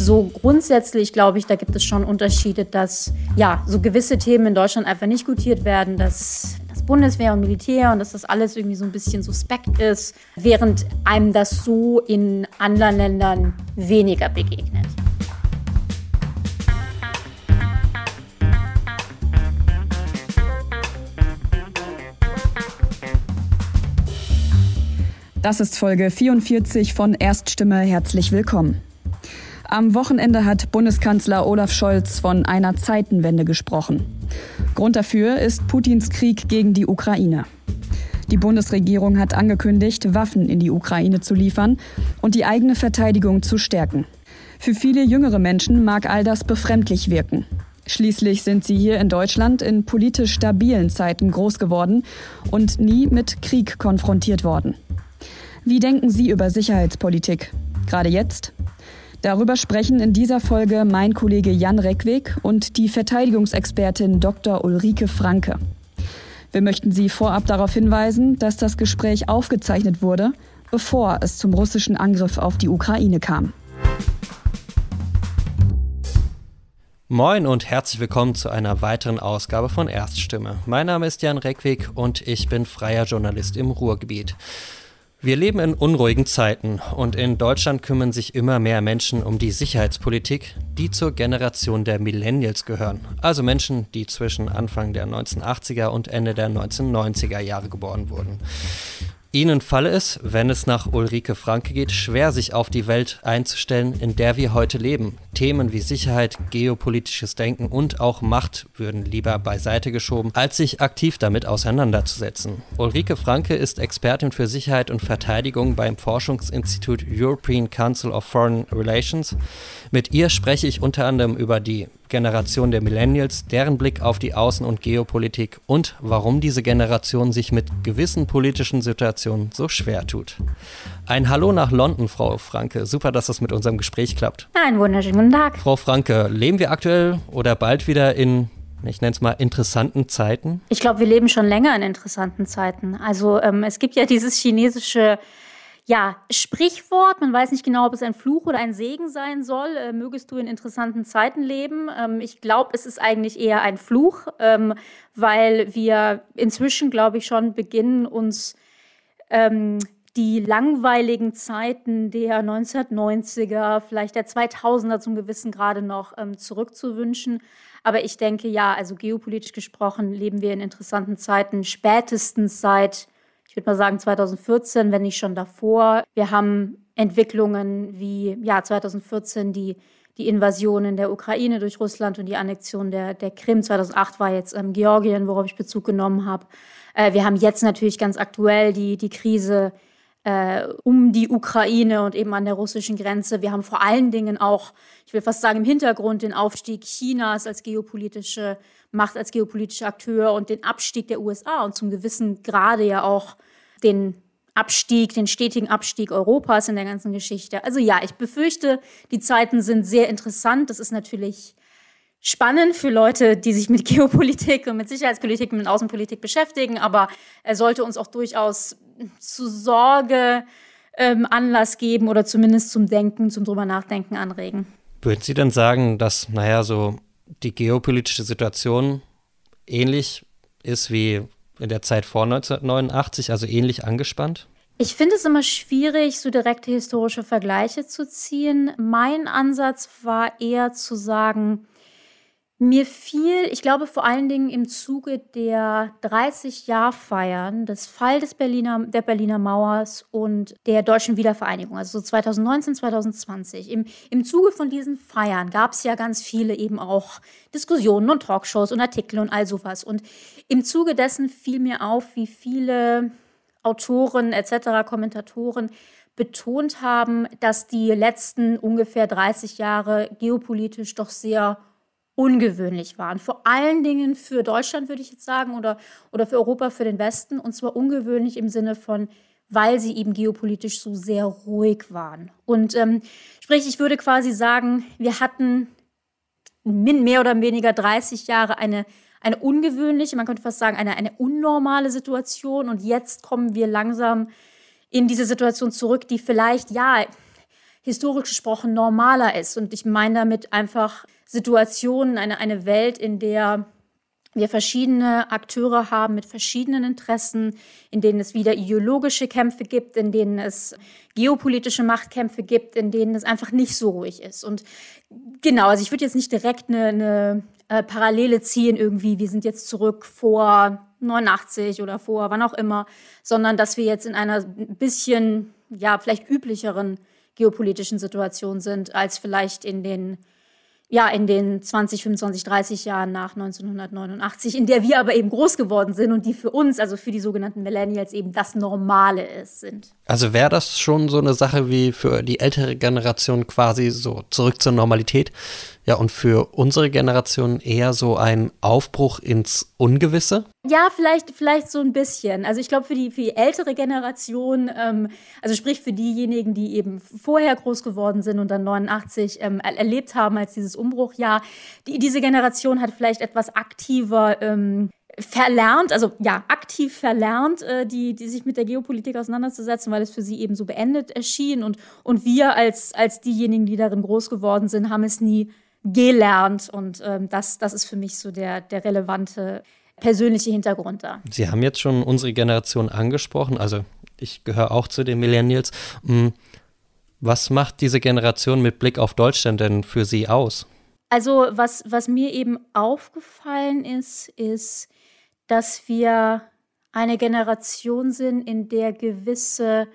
So grundsätzlich glaube ich, da gibt es schon Unterschiede, dass ja so gewisse Themen in Deutschland einfach nicht gutiert werden, dass das Bundeswehr und Militär und dass das alles irgendwie so ein bisschen suspekt ist, während einem das so in anderen Ländern weniger begegnet. Das ist Folge 44 von Erststimme. Herzlich willkommen. Am Wochenende hat Bundeskanzler Olaf Scholz von einer Zeitenwende gesprochen. Grund dafür ist Putins Krieg gegen die Ukraine. Die Bundesregierung hat angekündigt, Waffen in die Ukraine zu liefern und die eigene Verteidigung zu stärken. Für viele jüngere Menschen mag all das befremdlich wirken. Schließlich sind sie hier in Deutschland in politisch stabilen Zeiten groß geworden und nie mit Krieg konfrontiert worden. Wie denken Sie über Sicherheitspolitik? Gerade jetzt? Darüber sprechen in dieser Folge mein Kollege Jan Reckweg und die Verteidigungsexpertin Dr. Ulrike Franke. Wir möchten Sie vorab darauf hinweisen, dass das Gespräch aufgezeichnet wurde, bevor es zum russischen Angriff auf die Ukraine kam. Moin und herzlich willkommen zu einer weiteren Ausgabe von Erststimme. Mein Name ist Jan Reckweg und ich bin freier Journalist im Ruhrgebiet. Wir leben in unruhigen Zeiten und in Deutschland kümmern sich immer mehr Menschen um die Sicherheitspolitik, die zur Generation der Millennials gehören. Also Menschen, die zwischen Anfang der 1980er und Ende der 1990er Jahre geboren wurden. Ihnen falle es, wenn es nach Ulrike Franke geht, schwer, sich auf die Welt einzustellen, in der wir heute leben. Themen wie Sicherheit, geopolitisches Denken und auch Macht würden lieber beiseite geschoben, als sich aktiv damit auseinanderzusetzen. Ulrike Franke ist Expertin für Sicherheit und Verteidigung beim Forschungsinstitut European Council of Foreign Relations. Mit ihr spreche ich unter anderem über die Generation der Millennials, deren Blick auf die Außen- und Geopolitik und warum diese Generation sich mit gewissen politischen Situationen so schwer tut. Ein Hallo nach London, Frau Franke. Super, dass das mit unserem Gespräch klappt. Einen wunderschönen guten Tag. Frau Franke, leben wir aktuell oder bald wieder in, ich nenne es mal, interessanten Zeiten? Ich glaube, wir leben schon länger in interessanten Zeiten. Also es gibt ja dieses chinesische Sprichwort, man weiß nicht genau, ob es ein Fluch oder ein Segen sein soll. Mögest du in interessanten Zeiten leben? Ich glaube, es ist eigentlich eher ein Fluch, weil wir inzwischen, glaube ich, schon beginnen, uns die langweiligen Zeiten der 1990er, vielleicht der 2000er zum gewissen Grade noch zurückzuwünschen. Aber ich denke, ja, also geopolitisch gesprochen leben wir in interessanten Zeiten, spätestens seit, ich würde mal sagen 2014, wenn nicht schon davor. Wir haben Entwicklungen wie 2014 die Invasion in der Ukraine durch Russland und die Annexion der Krim. 2008 war jetzt Georgien, worauf ich Bezug genommen habe. Wir haben jetzt natürlich ganz aktuell die Krise um die Ukraine und eben an der russischen Grenze. Wir haben vor allen Dingen auch, ich will fast sagen, im Hintergrund den Aufstieg Chinas als geopolitische Macht, als geopolitischer Akteur und den Abstieg der USA und zum gewissen Grade ja auch den stetigen Abstieg Europas in der ganzen Geschichte. Also ja, ich befürchte, die Zeiten sind sehr interessant. Das ist natürlich spannend für Leute, die sich mit Geopolitik und mit Sicherheitspolitik und mit Außenpolitik beschäftigen, aber er sollte uns auch durchaus zu Sorge Anlass geben oder zumindest zum Denken, zum drüber nachdenken anregen. Würden Sie denn sagen, dass, so die geopolitische Situation ähnlich ist wie in der Zeit vor 1989, also ähnlich angespannt? Ich finde es immer schwierig, so direkte historische Vergleiche zu ziehen. Mein Ansatz war eher zu sagen, mir fiel, ich glaube vor allen Dingen im Zuge der 30-Jahr-Feiern des Fall der Berliner Mauers und der deutschen Wiedervereinigung, also so 2019, 2020. Im Zuge von diesen Feiern gab es ja ganz viele eben auch Diskussionen und Talkshows und Artikel und all sowas. Und im Zuge dessen fiel mir auf, wie viele Autoren etc., Kommentatoren betont haben, dass die letzten ungefähr 30 Jahre geopolitisch doch sehr ungewöhnlich waren. Vor allen Dingen für Deutschland, würde ich jetzt sagen, oder für Europa, für den Westen. Und zwar ungewöhnlich im Sinne von, weil sie eben geopolitisch so sehr ruhig waren. Und sprich, ich würde quasi sagen, wir hatten mehr oder weniger 30 Jahre eine ungewöhnliche, man könnte fast sagen, eine unnormale Situation. Und jetzt kommen wir langsam in diese Situation zurück, die vielleicht, historisch gesprochen normaler ist. Und ich meine damit einfach Situationen, eine Welt, in der wir verschiedene Akteure haben mit verschiedenen Interessen, in denen es wieder ideologische Kämpfe gibt, in denen es geopolitische Machtkämpfe gibt, in denen es einfach nicht so ruhig ist. Und genau, also ich würde jetzt nicht direkt eine Parallele ziehen, irgendwie, wir sind jetzt zurück vor 89 oder vor wann auch immer, sondern dass wir jetzt in einer bisschen, ja, vielleicht üblicheren geopolitischen Situation sind, als vielleicht in den 20, 25, 30 Jahren nach 1989, in der wir aber eben groß geworden sind und die für uns, also für die sogenannten Millennials, eben das Normale sind. Also wäre das schon so eine Sache wie für die ältere Generation quasi so zurück zur Normalität? Ja, und für unsere Generation eher so ein Aufbruch ins Ungewisse? Ja, vielleicht so ein bisschen. Also ich glaube, für die ältere Generation, also sprich für diejenigen, die eben vorher groß geworden sind und dann 89 erlebt haben als dieses Umbruchjahr, diese Generation hat vielleicht etwas aktiver verlernt, also ja, aktiv verlernt, die sich mit der Geopolitik auseinanderzusetzen, weil es für sie eben so beendet erschien. Und wir als diejenigen, die darin groß geworden sind, haben es nie gelernt. Und das ist für mich so der relevante persönliche Hintergrund da. Sie haben jetzt schon unsere Generation angesprochen, also ich gehöre auch zu den Millennials. Was macht diese Generation mit Blick auf Deutschland denn für Sie aus? Also was mir eben aufgefallen ist, dass wir eine Generation sind, in der gewisse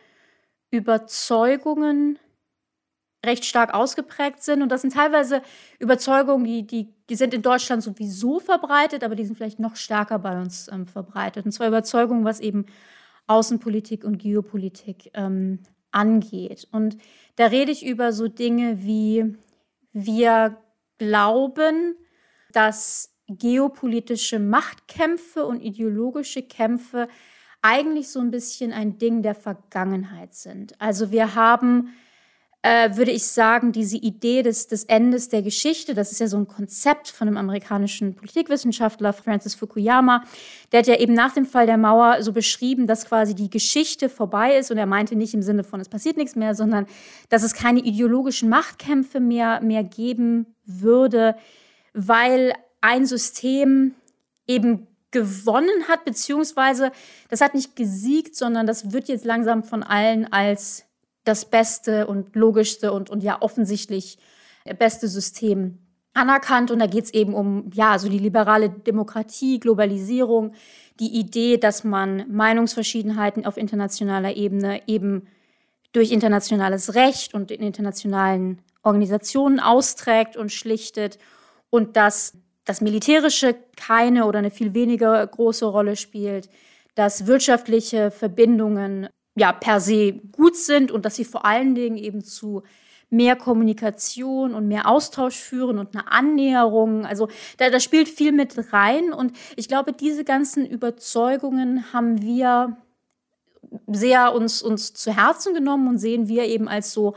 Überzeugungen recht stark ausgeprägt sind. Und das sind teilweise Überzeugungen, die sind in Deutschland sowieso verbreitet, aber die sind vielleicht noch stärker bei uns verbreitet. Und zwar Überzeugungen, was eben Außenpolitik und Geopolitik angeht. Und da rede ich über so Dinge wie: Wir glauben, dass geopolitische Machtkämpfe und ideologische Kämpfe eigentlich so ein bisschen ein Ding der Vergangenheit sind. Also wir haben, würde ich sagen, diese Idee des Endes der Geschichte, das ist ja so ein Konzept von einem amerikanischen Politikwissenschaftler, Francis Fukuyama, der hat ja eben nach dem Fall der Mauer so beschrieben, dass quasi die Geschichte vorbei ist, und er meinte nicht im Sinne von, es passiert nichts mehr, sondern dass es keine ideologischen Machtkämpfe mehr geben würde, weil ein System eben gewonnen hat, beziehungsweise das hat nicht gesiegt, sondern das wird jetzt langsam von allen als das beste und logischste und ja offensichtlich beste System anerkannt. Und da geht es eben um so die liberale Demokratie, Globalisierung, die Idee, dass man Meinungsverschiedenheiten auf internationaler Ebene eben durch internationales Recht und in internationalen Organisationen austrägt und schlichtet, und dass das Militärische keine oder eine viel weniger große Rolle spielt, dass wirtschaftliche Verbindungen per se gut sind und dass sie vor allen Dingen eben zu mehr Kommunikation und mehr Austausch führen und eine Annäherung. Also da spielt viel mit rein, und ich glaube, diese ganzen Überzeugungen haben wir sehr uns zu Herzen genommen und sehen wir eben als so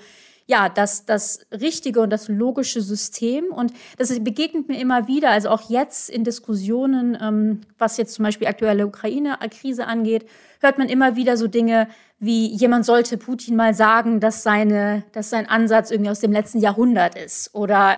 das richtige und das logische System. Und das begegnet mir immer wieder, also auch jetzt in Diskussionen, was jetzt zum Beispiel aktuelle Ukraine-Krise angeht, hört man immer wieder so Dinge wie: Jemand sollte Putin mal sagen, dass sein Ansatz irgendwie aus dem letzten Jahrhundert ist. Oder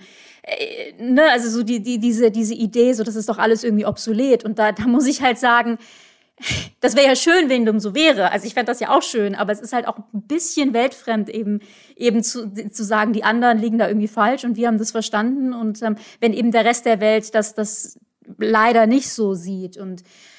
also so diese Idee, so das ist doch alles irgendwie obsolet. Und da muss ich halt sagen, das wäre ja schön, wenn dem so wäre. Also ich fände das ja auch schön, aber es ist halt auch ein bisschen weltfremd, eben zu sagen, die anderen liegen da irgendwie falsch und wir haben das verstanden. Und wenn eben der Rest der Welt das leider nicht so sieht. Und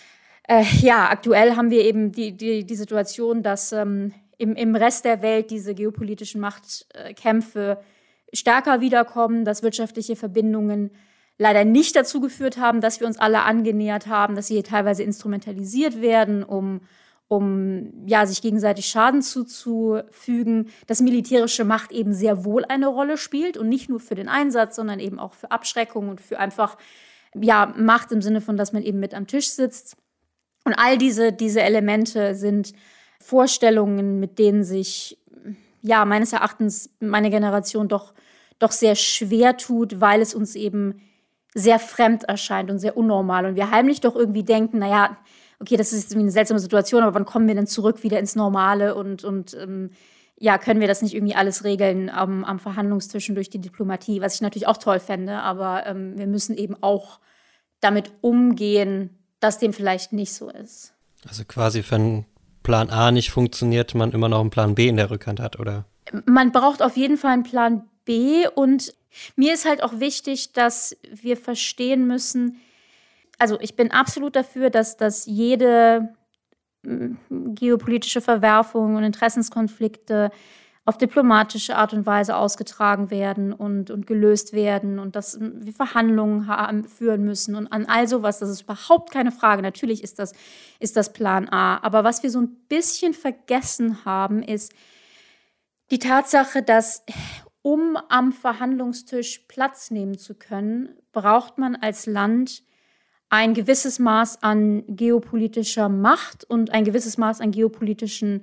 aktuell haben wir eben die Situation, dass im Rest der Welt diese geopolitischen Machtkämpfe stärker wiederkommen, dass wirtschaftliche Verbindungen leider nicht dazu geführt haben, dass wir uns alle angenähert haben, dass sie teilweise instrumentalisiert werden, um sich gegenseitig Schaden zuzufügen, dass militärische Macht eben sehr wohl eine Rolle spielt und nicht nur für den Einsatz, sondern eben auch für Abschreckung und für einfach Macht im Sinne von, dass man eben mit am Tisch sitzt. Und all diese Elemente sind Vorstellungen, mit denen sich meines Erachtens meine Generation doch sehr schwer tut, weil es uns eben sehr fremd erscheint und sehr unnormal. Und wir heimlich doch irgendwie denken, okay, das ist jetzt irgendwie eine seltsame Situation, aber wann kommen wir denn zurück wieder ins Normale und ja, können wir das nicht irgendwie alles regeln am Verhandlungstisch und durch die Diplomatie, was ich natürlich auch toll fände, aber wir müssen eben auch damit umgehen, dass dem vielleicht nicht so ist. Also quasi, wenn Plan A nicht funktioniert, man immer noch einen Plan B in der Rückhand hat, oder? Man braucht auf jeden Fall einen Plan B und mir ist halt auch wichtig, dass wir verstehen müssen, also ich bin absolut dafür, dass jede geopolitische Verwerfung und Interessenskonflikte auf diplomatische Art und Weise ausgetragen werden und gelöst werden und dass wir Verhandlungen führen müssen und an all sowas, das ist überhaupt keine Frage. Natürlich ist das Plan A. Aber was wir so ein bisschen vergessen haben, ist die Tatsache, dass um am Verhandlungstisch Platz nehmen zu können, braucht man als Land ein gewisses Maß an geopolitischer Macht und ein gewisses Maß an geopolitischem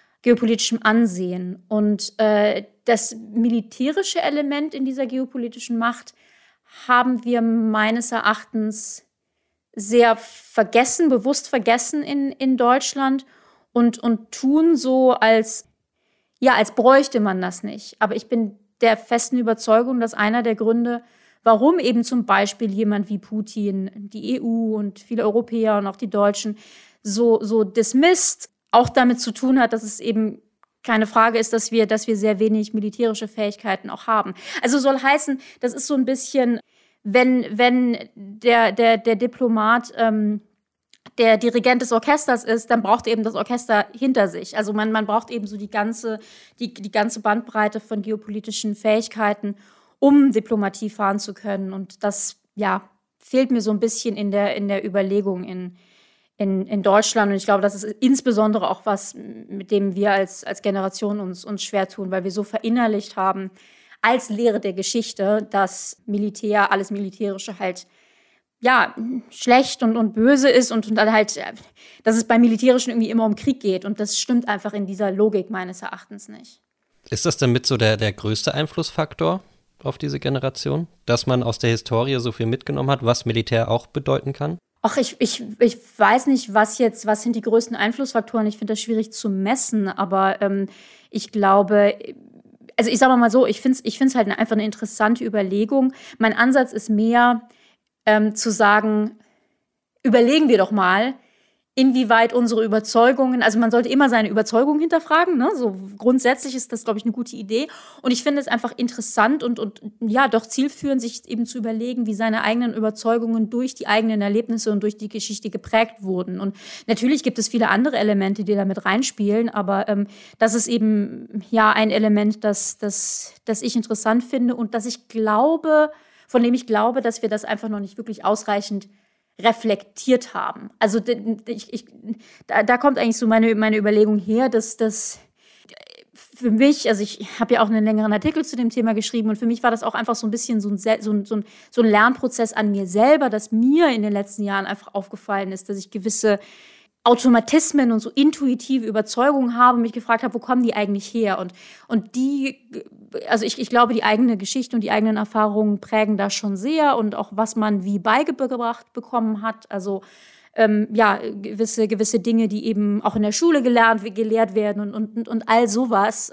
Ansehen. Und das militärische Element in dieser geopolitischen Macht haben wir meines Erachtens sehr bewusst vergessen in Deutschland und tun so, als bräuchte man das nicht. Aber ich bin der festen Überzeugung, dass einer der Gründe, warum eben zum Beispiel jemand wie Putin, die EU und viele Europäer und auch die Deutschen so dismisst, auch damit zu tun hat, dass es eben keine Frage ist, dass wir sehr wenig militärische Fähigkeiten auch haben. Also soll heißen, das ist so ein bisschen, wenn der Diplomat der Dirigent des Orchesters ist, dann braucht eben das Orchester hinter sich. Also man braucht eben so die ganze Bandbreite von geopolitischen Fähigkeiten, um Diplomatie fahren zu können. Und das, fehlt mir so ein bisschen in der Überlegung in Deutschland. Und ich glaube, das ist insbesondere auch was, mit dem wir als Generation uns schwer tun, weil wir so verinnerlicht haben, als Lehre der Geschichte, dass alles Militärische halt schlecht und böse ist und dann halt, dass es beim Militärischen irgendwie immer um Krieg geht. Und das stimmt einfach in dieser Logik meines Erachtens nicht. Ist das denn mit so der größte Einflussfaktor auf diese Generation, dass man aus der Historie so viel mitgenommen hat, was Militär auch bedeuten kann? Ach, ich weiß nicht, was sind die größten Einflussfaktoren. Ich finde das schwierig zu messen, aber ich glaube, also ich sage mal so, ich finde es halt einfach eine interessante Überlegung. Mein Ansatz ist mehr, zu sagen, überlegen wir doch mal, inwieweit unsere Überzeugungen, also man sollte immer seine Überzeugungen hinterfragen, ne? So grundsätzlich ist das, glaube ich, eine gute Idee. Und ich finde es einfach interessant und doch zielführend, sich eben zu überlegen, wie seine eigenen Überzeugungen durch die eigenen Erlebnisse und durch die Geschichte geprägt wurden. Und natürlich gibt es viele andere Elemente, die da mit reinspielen, aber das ist eben ein Element, das ich interessant finde und von dem ich glaube, dass wir das einfach noch nicht wirklich ausreichend reflektiert haben. Also da kommt eigentlich so meine Überlegung her, dass das für mich, also ich habe ja auch einen längeren Artikel zu dem Thema geschrieben und für mich war das auch einfach so ein bisschen so ein Lernprozess an mir selber, dass mir in den letzten Jahren einfach aufgefallen ist, dass ich gewisse Automatismen und so intuitive Überzeugungen habe und mich gefragt habe, wo kommen die eigentlich her? Und ich glaube, die eigene Geschichte und die eigenen Erfahrungen prägen das schon sehr und auch, was man wie beigebracht bekommen hat. Also gewisse Dinge, die eben auch in der Schule gelehrt werden und all sowas.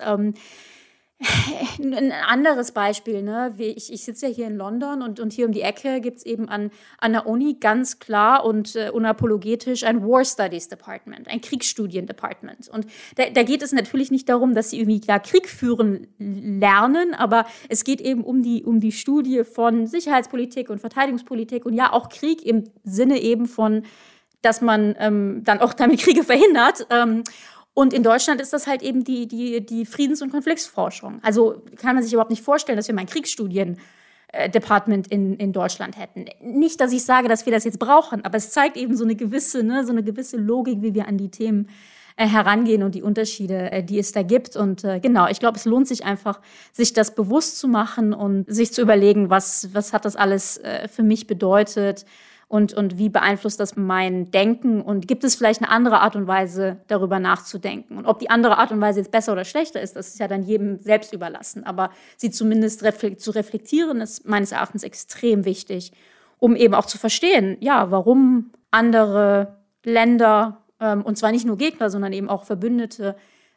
Ein anderes Beispiel, ne? Ich sitze ja hier in London und hier um die Ecke gibt es eben an der Uni ganz klar und unapologetisch ein War Studies Department, ein Kriegsstudien-Department. Und da geht es natürlich nicht darum, dass sie irgendwie Krieg führen lernen, aber es geht eben um die Studie von Sicherheitspolitik und Verteidigungspolitik und auch Krieg im Sinne eben von, dass man dann auch damit Kriege verhindert. Und in Deutschland ist das halt eben die Friedens- und Konfliktforschung. Also kann man sich überhaupt nicht vorstellen, dass wir mal ein Kriegsstudien-Department in Deutschland hätten. Nicht, dass ich sage, dass wir das jetzt brauchen, aber es zeigt eben so eine gewisse Logik, wie wir an die Themen herangehen und die Unterschiede, die es da gibt. Und ich glaube, es lohnt sich einfach, sich das bewusst zu machen und sich zu überlegen, was hat das alles für mich bedeutet. Und wie beeinflusst das mein Denken? Und gibt es vielleicht eine andere Art und Weise, darüber nachzudenken? Und ob die andere Art und Weise jetzt besser oder schlechter ist, das ist ja dann jedem selbst überlassen. Aber sie zumindest zu reflektieren, ist meines Erachtens extrem wichtig, um eben auch zu verstehen, warum andere Länder, und zwar nicht nur Gegner, sondern eben auch Verbündete,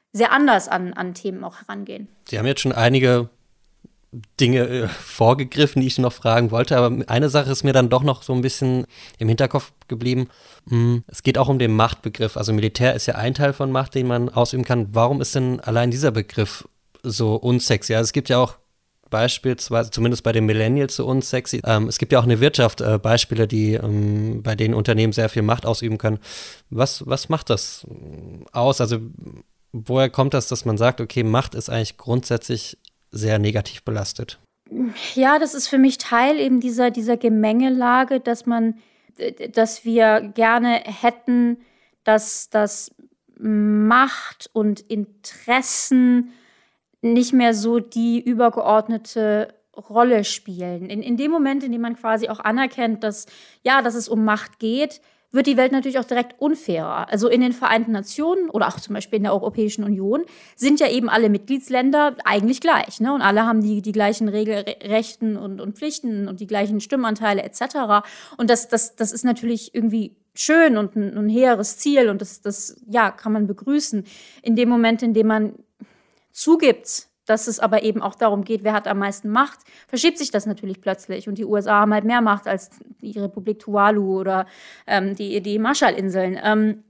sehr anders an Themen auch herangehen. Sie haben jetzt schon einige Dinge vorgegriffen, die ich noch fragen wollte, aber eine Sache ist mir dann doch noch so ein bisschen im Hinterkopf geblieben. Es geht auch um den Machtbegriff. Also Militär ist ja ein Teil von Macht, den man ausüben kann. Warum ist denn allein dieser Begriff so unsexy? Also es gibt ja auch beispielsweise, zumindest bei den Millennials so unsexy, es gibt ja auch eine Wirtschaft, Beispiele, die bei denen Unternehmen sehr viel Macht ausüben können. Was macht das aus? Also woher kommt das, dass man sagt, okay, Macht ist eigentlich grundsätzlich sehr negativ belastet? Ja, das ist für mich Teil eben dieser Gemengelage, dass wir gerne hätten, dass Macht und Interessen nicht mehr so die übergeordnete Rolle spielen. In dem Moment, in dem man quasi auch anerkennt, dass es um Macht geht, wird die Welt natürlich auch direkt unfairer. Also in den Vereinten Nationen oder auch zum Beispiel in der Europäischen Union sind ja eben alle Mitgliedsländer eigentlich gleich, ne? Und alle haben die gleichen Rechten und Pflichten und die gleichen Stimmanteile etc. Und das ist natürlich irgendwie schön und ein hehres Ziel und das kann man begrüßen. In dem Moment, in dem man zugibt, dass es aber eben auch darum geht, wer hat am meisten Macht, verschiebt sich das natürlich plötzlich. Und die USA haben halt mehr Macht als die Republik Tuvalu oder die Marshallinseln.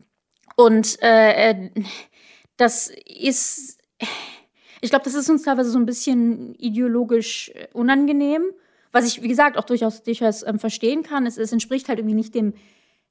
Das ist, ich glaube, das ist uns teilweise so ein bisschen ideologisch unangenehm, was ich, wie gesagt, auch durchaus verstehen kann. Es entspricht halt irgendwie nicht dem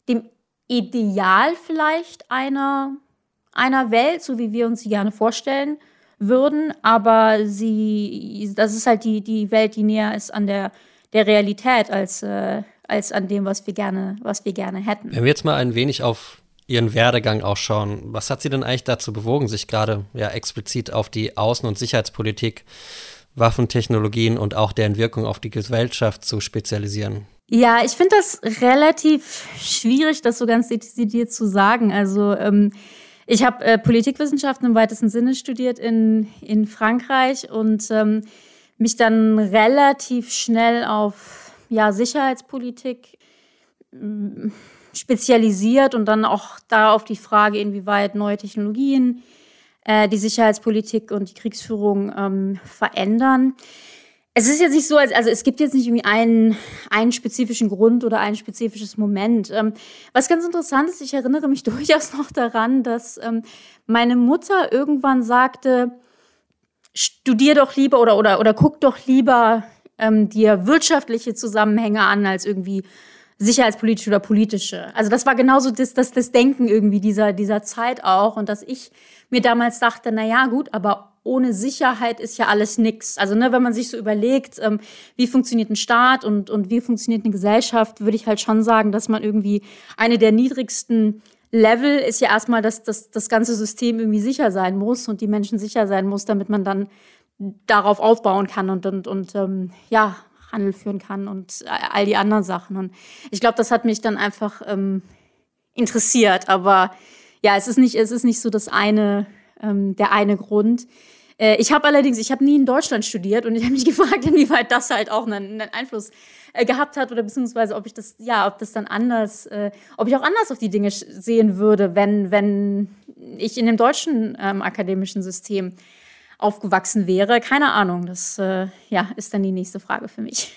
Ideal vielleicht einer Welt, so wie wir uns sie gerne vorstellen würden, aber das ist halt die Welt, die näher ist an der Realität als an dem, was wir gerne hätten. Wenn wir jetzt mal ein wenig auf Ihren Werdegang auch schauen, was hat Sie denn eigentlich dazu bewogen, sich gerade explizit auf die Außen- und Sicherheitspolitik, Waffentechnologien und auch deren Wirkung auf die Gesellschaft zu spezialisieren? Ja, ich finde das relativ schwierig, das so ganz dezidiert zu sagen. Also ich habe Politikwissenschaften im weitesten Sinne studiert in Frankreich und mich dann relativ schnell auf Sicherheitspolitik spezialisiert und dann auch da auf die Frage, inwieweit neue Technologien die Sicherheitspolitik und die Kriegsführung verändern. Es ist jetzt nicht so, also es gibt jetzt nicht irgendwie einen spezifischen Grund oder ein spezifisches Moment. Was ganz interessant ist, ich erinnere mich durchaus noch daran, dass meine Mutter irgendwann sagte, studier doch lieber oder guck doch lieber dir wirtschaftliche Zusammenhänge an als irgendwie sicherheitspolitische oder politische. Also das war genauso das Denken irgendwie dieser Zeit auch und dass ich mir damals dachte, naja gut, aber ohne Sicherheit ist ja alles nix. Also wenn man sich so überlegt, wie funktioniert ein Staat und wie funktioniert eine Gesellschaft, würde ich halt schon sagen, dass man irgendwie eine der niedrigsten Level ist ja erstmal, dass das ganze System irgendwie sicher sein muss und die Menschen sicher sein muss, damit man dann darauf aufbauen kann und Handel führen kann und all die anderen Sachen. Und ich glaube, das hat mich dann einfach interessiert. Aber ja, es ist nicht so der eine Grund. Ich habe nie in Deutschland studiert und ich habe mich gefragt, inwieweit das halt auch einen Einfluss gehabt hat oder beziehungsweise ob ich auch anders auf die Dinge sehen würde, wenn ich in dem deutschen akademischen System aufgewachsen wäre. Keine Ahnung, das ist dann die nächste Frage für mich.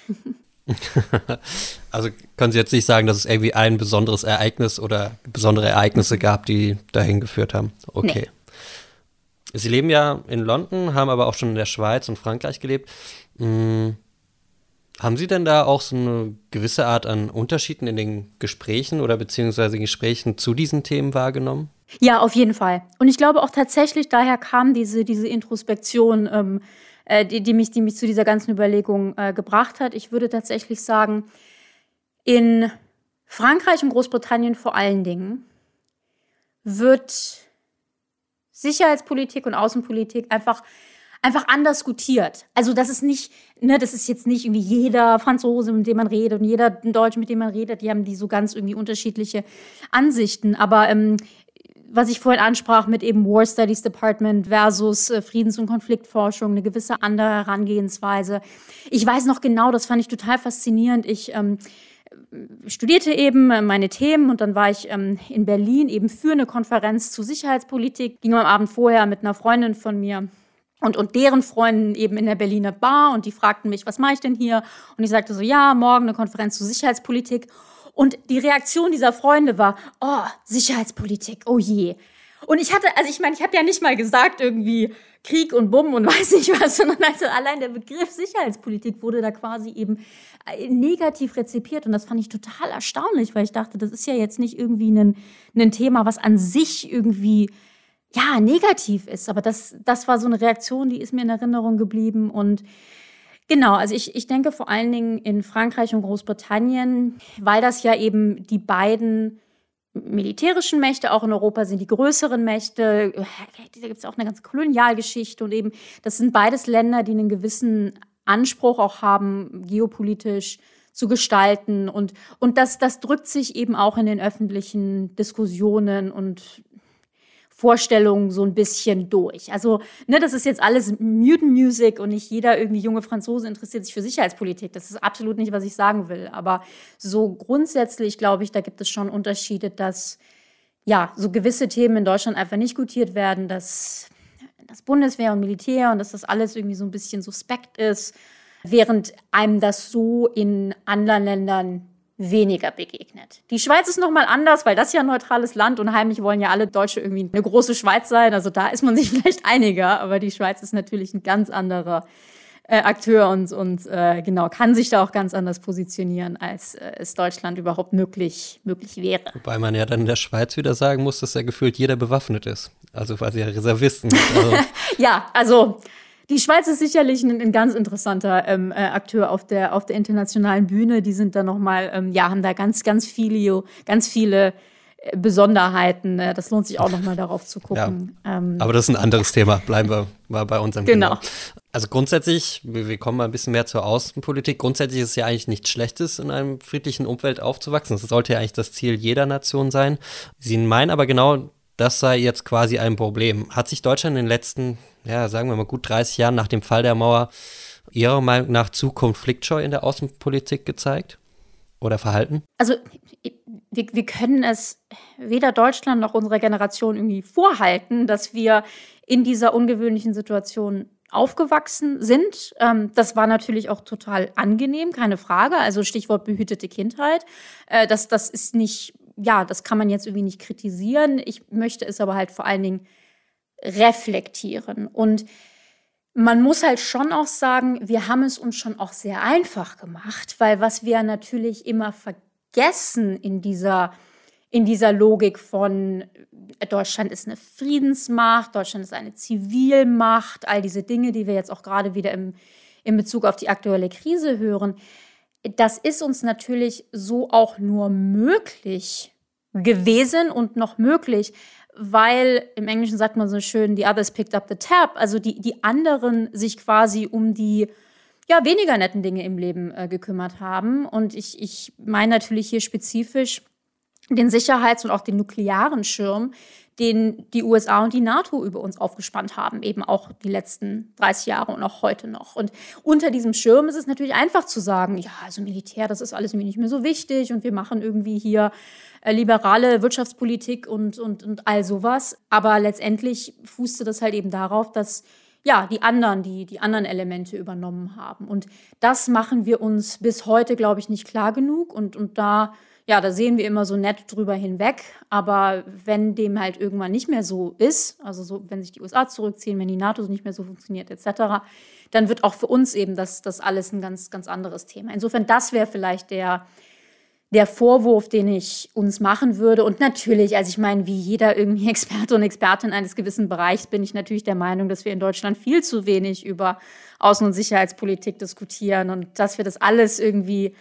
Also können Sie jetzt nicht sagen, dass es irgendwie ein besonderes Ereignis oder besondere Ereignisse gab, die dahin geführt haben? Okay. Nee. Sie leben ja in London, haben aber auch schon in der Schweiz und Frankreich gelebt. Haben Sie denn da auch so eine gewisse Art an Unterschieden in den Gesprächen oder beziehungsweise Gesprächen zu diesen Themen wahrgenommen? Ja, auf jeden Fall. Und ich glaube auch tatsächlich, daher kam diese Introspektion, die mich zu dieser ganzen Überlegung gebracht hat. Ich würde tatsächlich sagen, in Frankreich und Großbritannien vor allen Dingen wird Sicherheitspolitik und Außenpolitik einfach anders gutiert. Also das ist nicht, das ist jetzt nicht irgendwie jeder Franzose, mit dem man redet und jeder Deutsche, mit dem man redet, die haben die so ganz irgendwie unterschiedliche Ansichten. Aber was ich vorhin ansprach mit eben War Studies Department versus Friedens- und Konfliktforschung, eine gewisse andere Herangehensweise. Ich weiß noch genau, das fand ich total faszinierend. Ich studierte eben meine Themen und dann war ich in Berlin eben für eine Konferenz zu Sicherheitspolitik, ging am Abend vorher mit einer Freundin von mir und deren Freunden eben in der Berliner Bar und die fragten mich, was mache ich denn hier? Und ich sagte so, ja, morgen eine Konferenz zu Sicherheitspolitik. Und die Reaktion dieser Freunde war, oh, Sicherheitspolitik, oh je. Und ich habe ja nicht mal gesagt irgendwie Krieg und Bumm und weiß nicht was, sondern also allein der Begriff Sicherheitspolitik wurde da quasi eben negativ rezipiert. Und das fand ich total erstaunlich, weil ich dachte, das ist ja jetzt nicht irgendwie ein Thema, was an sich irgendwie ja, negativ ist. Aber das war so eine Reaktion, die ist mir in Erinnerung geblieben. Und genau, also ich denke vor allen Dingen in Frankreich und Großbritannien, weil das ja eben die beiden militärischen Mächte auch in Europa sind, die größeren Mächte. Da gibt es auch eine ganze Kolonialgeschichte und eben, das sind beides Länder, die einen gewissen Anspruch auch haben, geopolitisch zu gestalten. Und das drückt sich eben auch in den öffentlichen Diskussionen und Vorstellungen so ein bisschen durch. Also, das ist jetzt alles Mutant Music und nicht jeder irgendwie junge Franzose interessiert sich für Sicherheitspolitik. Das ist absolut nicht, was ich sagen will. Aber so grundsätzlich, glaube ich, da gibt es schon Unterschiede, dass ja, so gewisse Themen in Deutschland einfach nicht gutiert werden, dass das Bundeswehr und Militär und dass das alles irgendwie so ein bisschen suspekt ist, während einem das so in anderen Ländern weniger begegnet. Die Schweiz ist nochmal anders, weil das ja ein neutrales Land und heimlich wollen ja alle Deutsche irgendwie eine große Schweiz sein. Also da ist man sich vielleicht einiger, aber die Schweiz ist natürlich ein ganz anderer Akteur und genau, kann sich da auch ganz anders positionieren, als es Deutschland überhaupt möglich wäre. Wobei man ja dann in der Schweiz wieder sagen muss, dass ja gefühlt jeder bewaffnet ist. Also quasi ja Reservisten. Also ja, also die Schweiz ist sicherlich ein ganz interessanter Akteur auf der internationalen Bühne. Die sind da nochmal, haben da ganz viele Besonderheiten. Das lohnt sich auch nochmal darauf zu gucken. Ja, aber das ist ein anderes Thema. Bleiben wir mal bei unserem Thema. Also grundsätzlich, wir kommen mal ein bisschen mehr zur Außenpolitik. Grundsätzlich ist es ja eigentlich nichts Schlechtes, in einem friedlichen Umfeld aufzuwachsen. Das sollte ja eigentlich das Ziel jeder Nation sein. Sie meinen aber genau, das sei jetzt quasi ein Problem. Hat sich Deutschland in den letzten, sagen wir mal gut 30 Jahren nach dem Fall der Mauer Ihrer Meinung nach zu konfliktscheu in der Außenpolitik gezeigt oder verhalten? Also wir können es weder Deutschland noch unserer Generation irgendwie vorhalten, dass wir in dieser ungewöhnlichen Situation aufgewachsen sind. Das war natürlich auch total angenehm, keine Frage. Also Stichwort behütete Kindheit. Das ist nicht, das kann man jetzt irgendwie nicht kritisieren. Ich möchte es aber halt vor allen Dingen reflektieren. Und man muss halt schon auch sagen, wir haben es uns schon auch sehr einfach gemacht, weil was wir natürlich immer vergessen in dieser Logik von Deutschland ist eine Friedensmacht, Deutschland ist eine Zivilmacht, all diese Dinge, die wir jetzt auch gerade wieder in Bezug auf die aktuelle Krise hören, das ist uns natürlich so auch nur möglich gewesen und noch möglich, weil im Englischen sagt man so schön, the others picked up the tab, also die anderen sich quasi um die weniger netten Dinge im Leben gekümmert haben. Und ich meine natürlich hier spezifisch den Sicherheits- und auch den nuklearen Schirm, den die USA und die NATO über uns aufgespannt haben, eben auch die letzten 30 Jahre und auch heute noch. Und unter diesem Schirm ist es natürlich einfach zu sagen, also Militär, das ist alles irgendwie nicht mehr so wichtig und wir machen irgendwie hier liberale Wirtschaftspolitik und all sowas. Aber letztendlich fußte das halt eben darauf, dass die anderen Elemente übernommen haben. Und das machen wir uns bis heute, glaube ich, nicht klar genug. Und da sehen wir immer so nett drüber hinweg. Aber wenn dem halt irgendwann nicht mehr so ist, also so, wenn sich die USA zurückziehen, wenn die NATO nicht mehr so funktioniert etc., dann wird auch für uns eben das alles ein ganz, ganz anderes Thema. Insofern, das wäre vielleicht der Vorwurf, den ich uns machen würde. Und natürlich, also ich meine, wie jeder irgendwie Experte und Expertin eines gewissen Bereichs bin ich natürlich der Meinung, dass wir in Deutschland viel zu wenig über Außen- und Sicherheitspolitik diskutieren und dass wir das alles irgendwie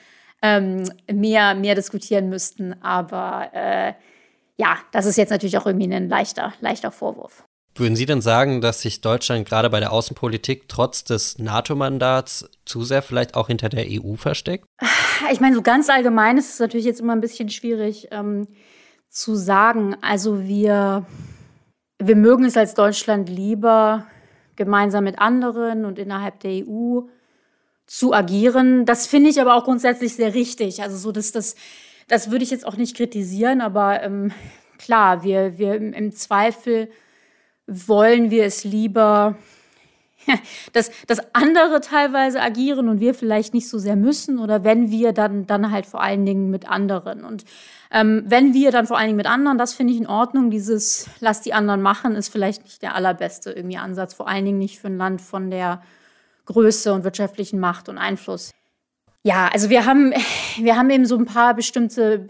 mehr diskutieren müssten. Aber das ist jetzt natürlich auch irgendwie ein leichter Vorwurf. Würden Sie denn sagen, dass sich Deutschland gerade bei der Außenpolitik trotz des NATO-Mandats zu sehr vielleicht auch hinter der EU versteckt? Ich meine, so ganz allgemein ist es natürlich jetzt immer ein bisschen schwierig zu sagen. Also wir mögen es als Deutschland lieber, gemeinsam mit anderen und innerhalb der EU zu agieren. Das finde ich aber auch grundsätzlich sehr richtig. Also so, das würde ich jetzt auch nicht kritisieren, aber klar, wir im Zweifel wollen wir es lieber, dass andere teilweise agieren und wir vielleicht nicht so sehr müssen, oder wenn wir dann halt vor allen Dingen mit anderen. Und wenn wir dann vor allen Dingen mit anderen, das finde ich in Ordnung. Dieses lass die anderen machen ist vielleicht nicht der allerbeste irgendwie Ansatz, vor allen Dingen nicht für ein Land von der Größe und wirtschaftlichen Macht und Einfluss. Ja, also wir haben eben so ein paar bestimmte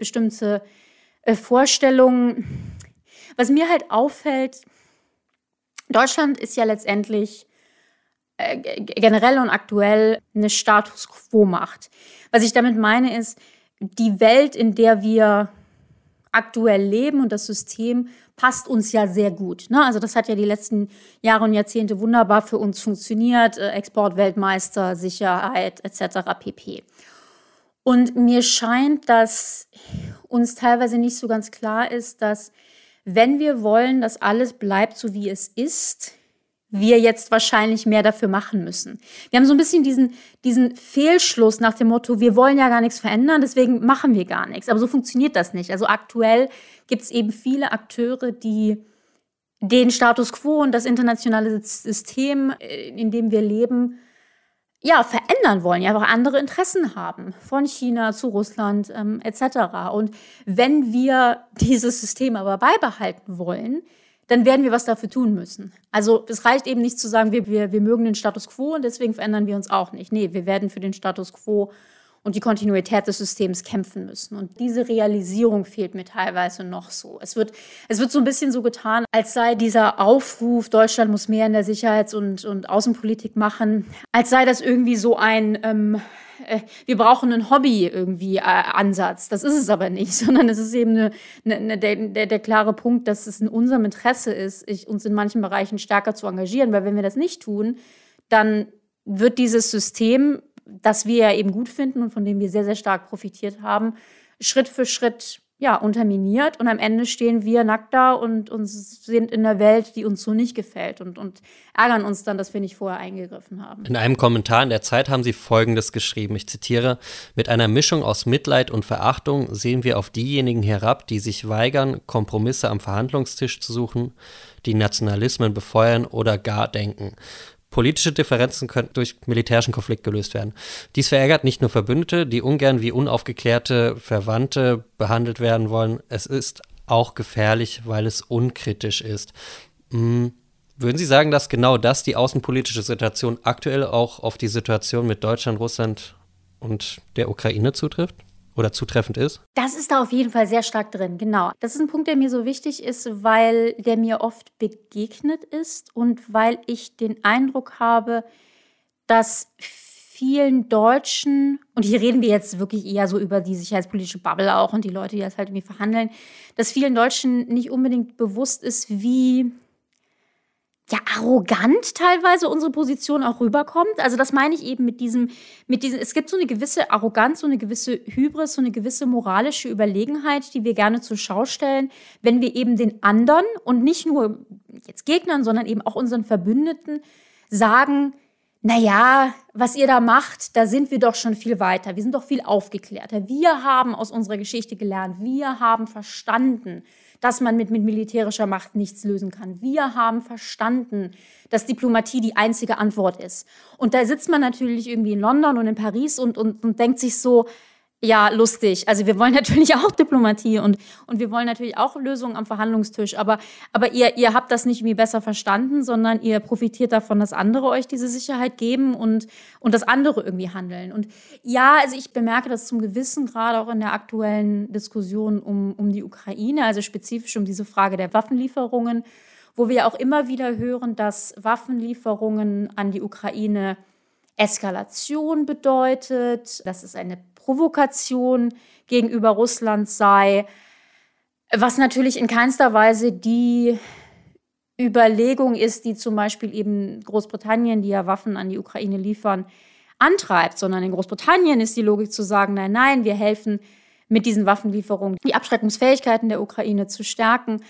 Vorstellungen. Was mir halt auffällt, Deutschland ist ja letztendlich generell und aktuell eine Status-Quo-Macht. Was ich damit meine ist, die Welt, in der wir aktuell leben und das System passt uns ja sehr gut. Ne? Also das hat ja die letzten Jahre und Jahrzehnte wunderbar für uns funktioniert. Exportweltmeister, Sicherheit etc. pp. Und mir scheint, dass uns teilweise nicht so ganz klar ist, dass wenn wir wollen, dass alles bleibt so wie es ist, wir jetzt wahrscheinlich mehr dafür machen müssen. Wir haben so ein bisschen diesen Fehlschluss nach dem Motto, wir wollen ja gar nichts verändern, deswegen machen wir gar nichts. Aber so funktioniert das nicht. Also aktuell gibt es eben viele Akteure, die den Status quo und das internationale System, in dem wir leben, ja, verändern wollen, ja, einfach andere Interessen haben, von China zu Russland etc. Und wenn wir dieses System aber beibehalten wollen, dann werden wir was dafür tun müssen. Also es reicht eben nicht zu sagen, wir mögen den Status quo und deswegen verändern wir uns auch nicht. Nee, wir werden für den Status quo und die Kontinuität des Systems kämpfen müssen. Und diese Realisierung fehlt mir teilweise noch so. Es wird so ein bisschen so getan, als sei dieser Aufruf, Deutschland muss mehr in der Sicherheits- und Außenpolitik machen, als sei das irgendwie so ein wir brauchen ein Hobby irgendwie Ansatz. Das ist es aber nicht, sondern es ist eben der klare Punkt, dass es in unserem Interesse ist, uns in manchen Bereichen stärker zu engagieren, weil wenn wir das nicht tun, dann wird dieses System, das wir ja eben gut finden und von dem wir sehr, sehr stark profitiert haben, Schritt für Schritt unterminiert, und am Ende stehen wir nackt da und sind in einer Welt, die uns so nicht gefällt und ärgern uns dann, dass wir nicht vorher eingegriffen haben. In einem Kommentar in der Zeit haben Sie Folgendes geschrieben, ich zitiere: Mit einer Mischung aus Mitleid und Verachtung sehen wir auf diejenigen herab, die sich weigern, Kompromisse am Verhandlungstisch zu suchen, die Nationalismen befeuern oder gar denken. Politische Differenzen können durch militärischen Konflikt gelöst werden. Dies verärgert nicht nur Verbündete, die ungern wie unaufgeklärte Verwandte behandelt werden wollen. Es ist auch gefährlich, weil es unkritisch ist. Würden Sie sagen, dass genau das die außenpolitische Situation aktuell auch auf die Situation mit Deutschland, Russland und der Ukraine zutrifft? Oder zutreffend ist? Das ist da auf jeden Fall sehr stark drin, genau. Das ist ein Punkt, der mir so wichtig ist, weil der mir oft begegnet ist und weil ich den Eindruck habe, dass vielen Deutschen, und hier reden wir jetzt wirklich eher so über die sicherheitspolitische Bubble auch und die Leute, die das halt irgendwie verhandeln, dass vielen Deutschen nicht unbedingt bewusst ist, wie arrogant teilweise unsere Position auch rüberkommt. Also das meine ich eben mit diesem, es gibt so eine gewisse Arroganz, so eine gewisse Hybris, so eine gewisse moralische Überlegenheit, die wir gerne zur Schau stellen, wenn wir eben den anderen und nicht nur jetzt Gegnern, sondern eben auch unseren Verbündeten sagen, naja, was ihr da macht, da sind wir doch schon viel weiter, wir sind doch viel aufgeklärter. Wir haben aus unserer Geschichte gelernt, wir haben verstanden, dass man mit militärischer Macht nichts lösen kann. Wir haben verstanden, dass Diplomatie die einzige Antwort ist. Und da sitzt man natürlich irgendwie in London und in Paris und denkt sich so, ja, lustig. Also wir wollen natürlich auch Diplomatie und wir wollen natürlich auch Lösungen am Verhandlungstisch. Aber ihr habt das nicht irgendwie besser verstanden, sondern ihr profitiert davon, dass andere euch diese Sicherheit geben und dass andere irgendwie handeln. Und ja, also ich bemerke das zum gewissen Grad auch in der aktuellen Diskussion um die Ukraine, also spezifisch um diese Frage der Waffenlieferungen, wo wir auch immer wieder hören, dass Waffenlieferungen an die Ukraine Eskalation bedeutet, dass es eine Provokation gegenüber Russland sei, was natürlich in keinster Weise die Überlegung ist, die zum Beispiel eben Großbritannien, die ja Waffen an die Ukraine liefern, antreibt, sondern in Großbritannien ist die Logik zu sagen, nein, wir helfen mit diesen Waffenlieferungen, die Abschreckungsfähigkeiten der Ukraine zu stärken,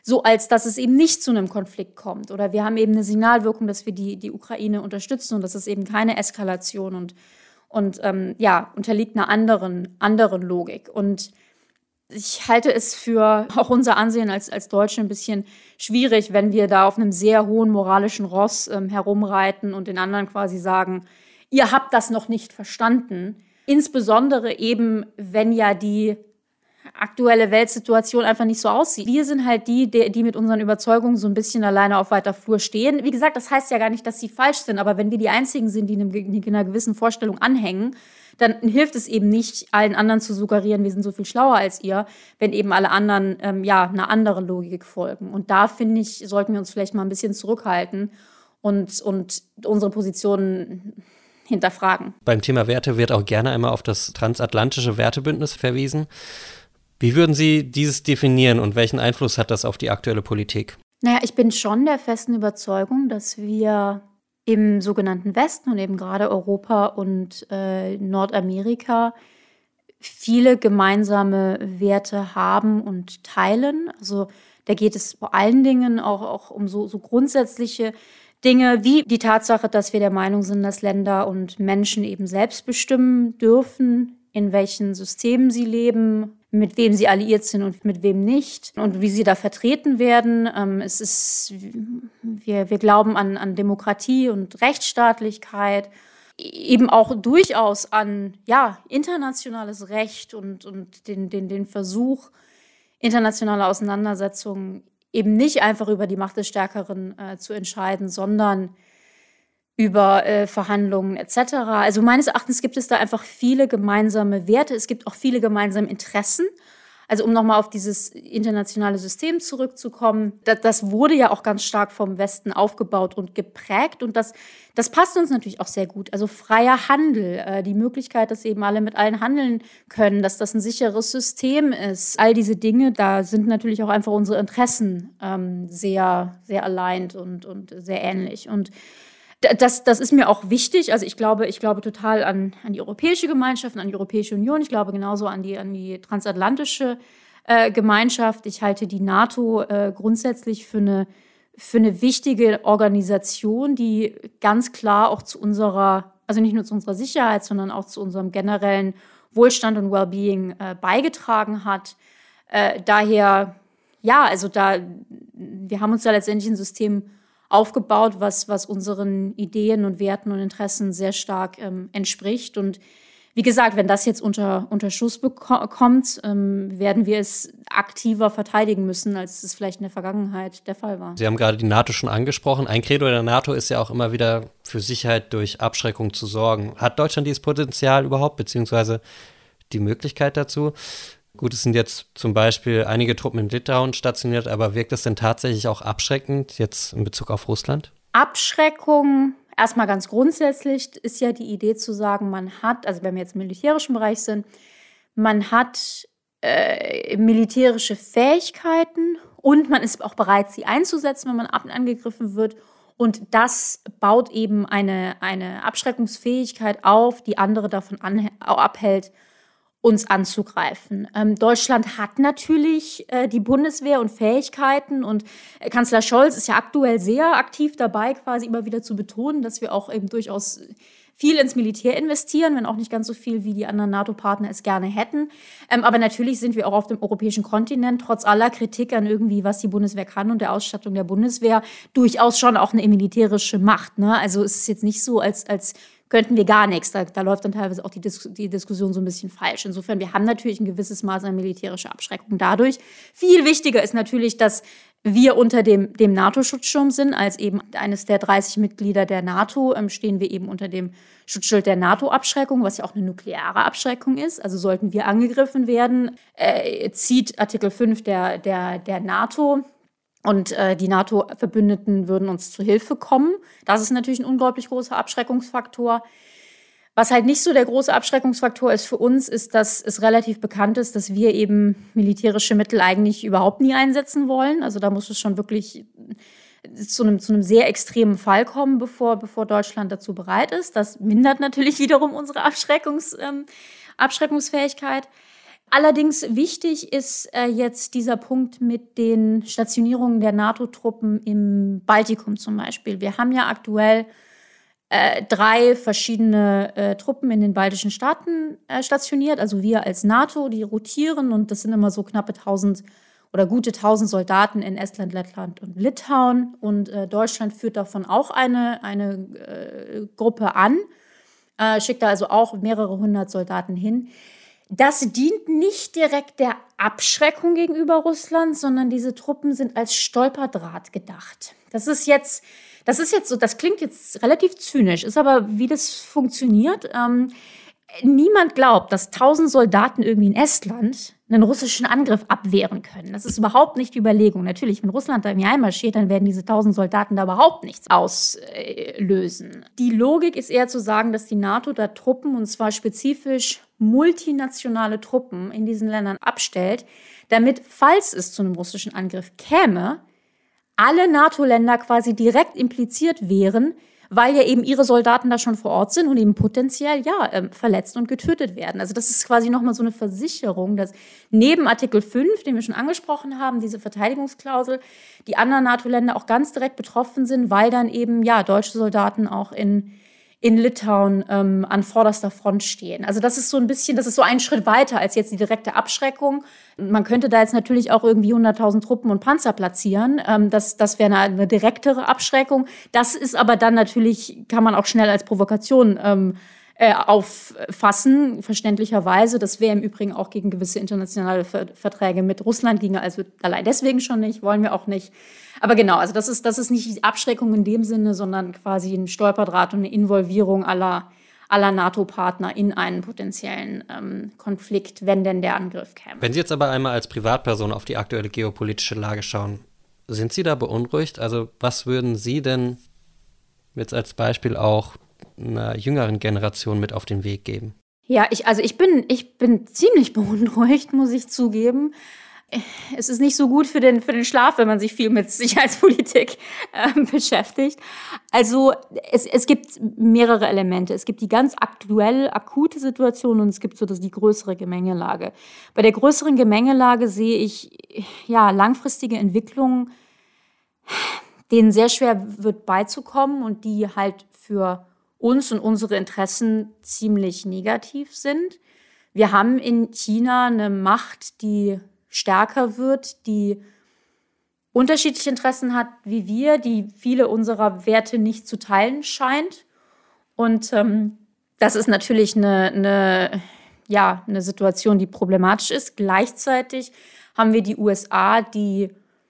so als dass es eben nicht zu einem Konflikt kommt. Oder wir haben eben eine Signalwirkung, dass wir die Ukraine unterstützen und das ist eben keine Eskalation und unterliegt einer anderen Logik. Und ich halte es für auch unser Ansehen als Deutsche ein bisschen schwierig, wenn wir da auf einem sehr hohen moralischen Ross herumreiten und den anderen quasi sagen, ihr habt das noch nicht verstanden. Insbesondere eben, wenn ja die aktuelle Weltsituation einfach nicht so aussieht. Wir sind halt die mit unseren Überzeugungen so ein bisschen alleine auf weiter Flur stehen. Wie gesagt, das heißt ja gar nicht, dass sie falsch sind, aber wenn wir die Einzigen sind, die einer gewissen Vorstellung anhängen, dann hilft es eben nicht, allen anderen zu suggerieren, wir sind so viel schlauer als ihr, wenn eben alle anderen einer anderen Logik folgen. Und da, finde ich, sollten wir uns vielleicht mal ein bisschen zurückhalten und unsere Positionen hinterfragen. Beim Thema Werte wird auch gerne einmal auf das transatlantische Wertebündnis verwiesen. Wie würden Sie dieses definieren und welchen Einfluss hat das auf die aktuelle Politik? Naja, ich bin schon der festen Überzeugung, dass wir im sogenannten Westen und eben gerade Europa und Nordamerika viele gemeinsame Werte haben und teilen. Also da geht es vor allen Dingen auch um so grundsätzliche Dinge wie die Tatsache, dass wir der Meinung sind, dass Länder und Menschen eben selbst bestimmen dürfen, in welchen Systemen sie leben, mit wem sie alliiert sind und mit wem nicht und wie sie da vertreten werden. Wir glauben an Demokratie und Rechtsstaatlichkeit, eben auch durchaus an internationales Recht und den Versuch, internationale Auseinandersetzungen eben nicht einfach über die Macht des Stärkeren zu entscheiden, sondern über Verhandlungen etc. Also meines Erachtens gibt es da einfach viele gemeinsame Werte. Es gibt auch viele gemeinsame Interessen. Also um nochmal auf dieses internationale System zurückzukommen, das wurde ja auch ganz stark vom Westen aufgebaut und geprägt. Und das passt uns natürlich auch sehr gut. Also freier Handel, die Möglichkeit, dass eben alle mit allen handeln können, dass das ein sicheres System ist. All diese Dinge, da sind natürlich auch einfach unsere Interessen sehr, sehr aligned und sehr ähnlich. Und das ist mir auch wichtig. Also ich glaube total an die Europäische Gemeinschaft, an die Europäische Union. Ich glaube genauso an die transatlantische Gemeinschaft. Ich halte die NATO grundsätzlich für eine wichtige Organisation, die ganz klar auch zu unserer, also nicht nur zu unserer Sicherheit, sondern auch zu unserem generellen Wohlstand und Wellbeing beigetragen hat. Daher, wir haben uns da letztendlich ein System aufgebaut, was unseren Ideen und Werten und Interessen sehr stark entspricht. Und wie gesagt, wenn das jetzt unter Schuss kommt, werden wir es aktiver verteidigen müssen, als es vielleicht in der Vergangenheit der Fall war. Sie haben gerade die NATO schon angesprochen. Ein Credo der NATO ist ja auch immer wieder für Sicherheit durch Abschreckung zu sorgen. Hat Deutschland dieses Potenzial überhaupt, beziehungsweise die Möglichkeit dazu? Gut, es sind jetzt zum Beispiel einige Truppen in Litauen stationiert, aber wirkt das denn tatsächlich auch abschreckend jetzt in Bezug auf Russland? Abschreckung, erstmal ganz grundsätzlich, ist ja die Idee zu sagen, man hat, also wenn wir jetzt im militärischen Bereich sind, man hat militärische Fähigkeiten und man ist auch bereit, sie einzusetzen, wenn man angegriffen wird. Und das baut eben eine Abschreckungsfähigkeit auf, die andere davon abhält, uns anzugreifen. Deutschland hat natürlich die Bundeswehr und Fähigkeiten und Kanzler Scholz ist ja aktuell sehr aktiv dabei, quasi immer wieder zu betonen, dass wir auch eben durchaus viel ins Militär investieren, wenn auch nicht ganz so viel, wie die anderen NATO-Partner es gerne hätten. Aber natürlich sind wir auch auf dem europäischen Kontinent, trotz aller Kritik an irgendwie, was die Bundeswehr kann und der Ausstattung der Bundeswehr, durchaus schon auch eine militärische Macht. Ne? Also es ist jetzt nicht so, als könnten wir gar nichts. Da läuft dann teilweise auch die Diskussion so ein bisschen falsch. Insofern, wir haben natürlich ein gewisses Maß an militärischer Abschreckung dadurch. Viel wichtiger ist natürlich, dass wir unter dem NATO-Schutzschirm sind. Als eben eines der 30 Mitglieder der NATO stehen wir eben unter dem Schutzschild der NATO-Abschreckung, was ja auch eine nukleare Abschreckung ist. Also sollten wir angegriffen werden, zieht Artikel 5 der NATO. Und die NATO-Verbündeten würden uns zu Hilfe kommen. Das ist natürlich ein unglaublich großer Abschreckungsfaktor. Was halt nicht so der große Abschreckungsfaktor ist für uns, ist, dass es relativ bekannt ist, dass wir eben militärische Mittel eigentlich überhaupt nie einsetzen wollen. Also da muss es schon wirklich zu einem sehr extremen Fall kommen, bevor Deutschland dazu bereit ist. Das mindert natürlich wiederum unsere Abschreckungsfähigkeit. Allerdings wichtig ist jetzt dieser Punkt mit den Stationierungen der NATO-Truppen im Baltikum zum Beispiel. Wir haben ja aktuell 3 verschiedene Truppen in den baltischen Staaten stationiert, also wir als NATO, die rotieren, und das sind immer so knappe 1000 oder gute 1000 Soldaten in Estland, Lettland und Litauen, und Deutschland führt davon auch eine Gruppe an, schickt da also auch mehrere hundert Soldaten hin. Das dient nicht direkt der Abschreckung gegenüber Russland, sondern diese Truppen sind als Stolperdraht gedacht. Das ist jetzt so, das klingt jetzt relativ zynisch, ist aber, wie das funktioniert. Niemand glaubt, dass 1000 Soldaten irgendwie in Estland einen russischen Angriff abwehren können. Das ist überhaupt nicht die Überlegung. Natürlich, wenn Russland da irgendwie einmarschiert, dann werden diese 1000 Soldaten da überhaupt nichts auslösen. Die Logik ist eher zu sagen, dass die NATO da Truppen, und zwar spezifisch multinationale Truppen, in diesen Ländern abstellt, damit, falls es zu einem russischen Angriff käme, alle NATO-Länder quasi direkt impliziert wären, weil ja eben ihre Soldaten da schon vor Ort sind und eben potenziell verletzt und getötet werden. Also das ist quasi nochmal so eine Versicherung, dass neben Artikel 5, den wir schon angesprochen haben, diese Verteidigungsklausel, die anderen NATO-Länder auch ganz direkt betroffen sind, weil dann eben deutsche Soldaten auch in Litauen an vorderster Front stehen. Also das ist so ein Schritt weiter als jetzt die direkte Abschreckung. Man könnte da jetzt natürlich auch irgendwie 100.000 Truppen und Panzer platzieren. Das wäre eine direktere Abschreckung. Das ist aber dann natürlich, kann man auch schnell als Provokation auffassen, verständlicherweise. Das wäre im Übrigen auch gegen gewisse internationale Verträge mit Russland ginge, also allein deswegen schon nicht, wollen wir auch nicht. Aber genau, also das ist nicht die Abschreckung in dem Sinne, sondern quasi ein Stolperdraht und eine Involvierung aller NATO-Partner in einen potenziellen Konflikt, wenn denn der Angriff käme. Wenn Sie jetzt aber einmal als Privatperson auf die aktuelle geopolitische Lage schauen, sind Sie da beunruhigt? Also was würden Sie denn jetzt als Beispiel auch einer jüngeren Generation mit auf den Weg geben? Ja, ich bin ziemlich beunruhigt, muss ich zugeben. Es ist nicht so gut für den Schlaf, wenn man sich viel mit Sicherheitspolitik beschäftigt. Also es gibt mehrere Elemente. Es gibt die ganz aktuell akute Situation und es gibt so die größere Gemengelage. Bei der größeren Gemengelage sehe ich langfristige Entwicklungen, denen sehr schwer wird beizukommen und die halt für uns und unsere Interessen ziemlich negativ sind. Wir haben in China eine Macht, die stärker wird, die unterschiedliche Interessen hat wie wir, die viele unserer Werte nicht zu teilen scheint. Und das ist natürlich eine Situation, die problematisch ist. Gleichzeitig haben wir die USA, die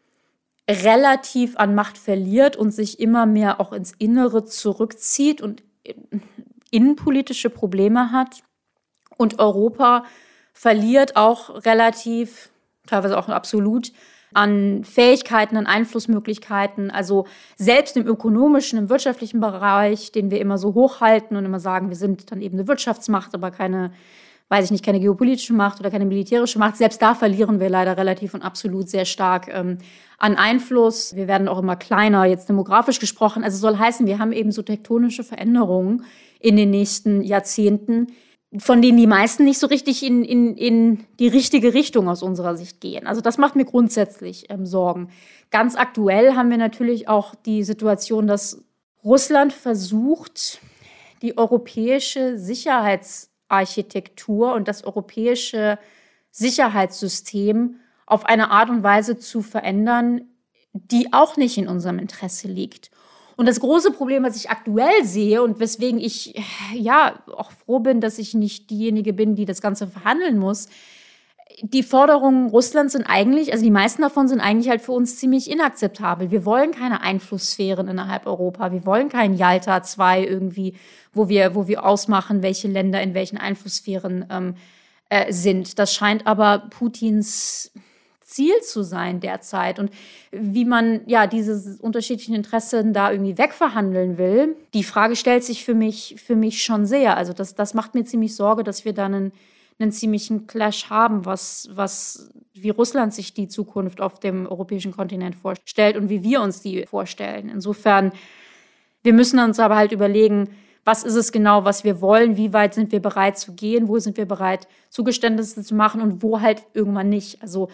relativ an Macht verliert und sich immer mehr auch ins Innere zurückzieht und innenpolitische Probleme hat. Und Europa verliert auch relativ, teilweise auch absolut, an Fähigkeiten, an Einflussmöglichkeiten. Also selbst im ökonomischen, im wirtschaftlichen Bereich, den wir immer so hochhalten und immer sagen, wir sind dann eben eine Wirtschaftsmacht, aber keine geopolitische Macht oder keine militärische Macht. Selbst da verlieren wir leider relativ und absolut sehr stark an Einfluss. Wir werden auch immer kleiner, jetzt demografisch gesprochen. Also soll heißen, wir haben eben so tektonische Veränderungen in den nächsten Jahrzehnten, von denen die meisten nicht so richtig in die richtige Richtung aus unserer Sicht gehen. Also das macht mir grundsätzlich Sorgen. Ganz aktuell haben wir natürlich auch die Situation, dass Russland versucht, die europäische Sicherheitsarchitektur und das europäische Sicherheitssystem auf eine Art und Weise zu verändern, die auch nicht in unserem Interesse liegt. Und das große Problem, was ich aktuell sehe und weswegen ich auch froh bin, dass ich nicht diejenige bin, die das Ganze verhandeln muss, die Forderungen Russlands sind eigentlich, also die meisten davon sind eigentlich halt für uns ziemlich inakzeptabel. Wir wollen keine Einflusssphären innerhalb Europa. Wir wollen kein Yalta II irgendwie, wo wir ausmachen, welche Länder in welchen Einflusssphären sind. Das scheint aber Putins Ziel zu sein derzeit. Und wie man diese unterschiedlichen Interessen da irgendwie wegverhandeln will, die Frage stellt sich für mich schon sehr. Also das macht mir ziemlich Sorge, dass wir da einen ziemlichen Clash haben, wie Russland sich die Zukunft auf dem europäischen Kontinent vorstellt und wie wir uns die vorstellen. Insofern, wir müssen uns aber halt überlegen, was ist es genau, was wir wollen, wie weit sind wir bereit zu gehen, wo sind wir bereit, Zugeständnisse zu machen und wo halt irgendwann nicht. Also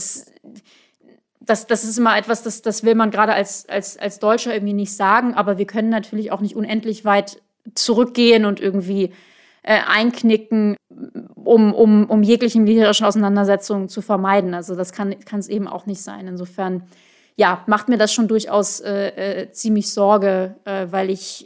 das ist immer etwas, das will man gerade als Deutscher irgendwie nicht sagen, aber wir können natürlich auch nicht unendlich weit zurückgehen und irgendwie einknicken, um jegliche militärischen Auseinandersetzungen zu vermeiden. Also das kann es eben auch nicht sein. Insofern, ja, macht mir das schon durchaus ziemlich Sorge, weil ich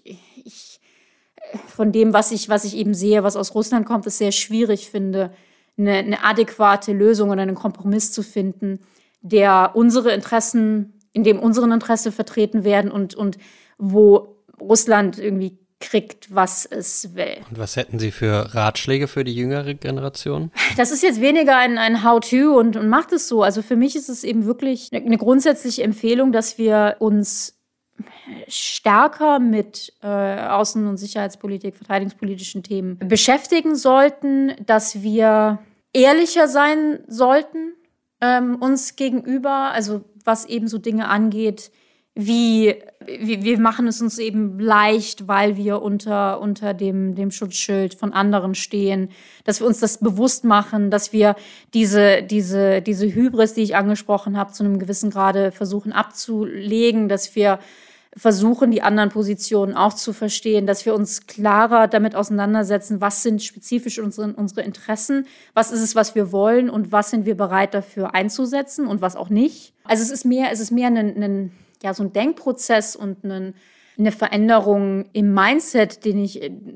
von dem, was ich eben sehe, was aus Russland kommt, es sehr schwierig finde, eine adäquate Lösung oder einen Kompromiss zu finden, in dem unsere Interessen vertreten werden und wo Russland irgendwie kriegt, was es will. Und was hätten Sie für Ratschläge für die jüngere Generation? Das ist jetzt weniger ein How-to und macht es so. Also für mich ist es eben wirklich eine grundsätzliche Empfehlung, dass wir uns stärker mit Außen- und Sicherheitspolitik, verteidigungspolitischen Themen beschäftigen sollten, dass wir ehrlicher sein sollten uns gegenüber, also was eben so Dinge angeht, wie wir machen es uns eben leicht, weil wir unter dem Schutzschild von anderen stehen, dass wir uns das bewusst machen, dass wir diese Hybris, die ich angesprochen habe, zu einem gewissen Grade versuchen abzulegen, dass wir versuchen, die anderen Positionen auch zu verstehen, dass wir uns klarer damit auseinandersetzen, was sind spezifisch unsere Interessen, was ist es, was wir wollen und was sind wir bereit dafür einzusetzen und was auch nicht. Also es ist mehr so ein Denkprozess und eine Veränderung im Mindset, den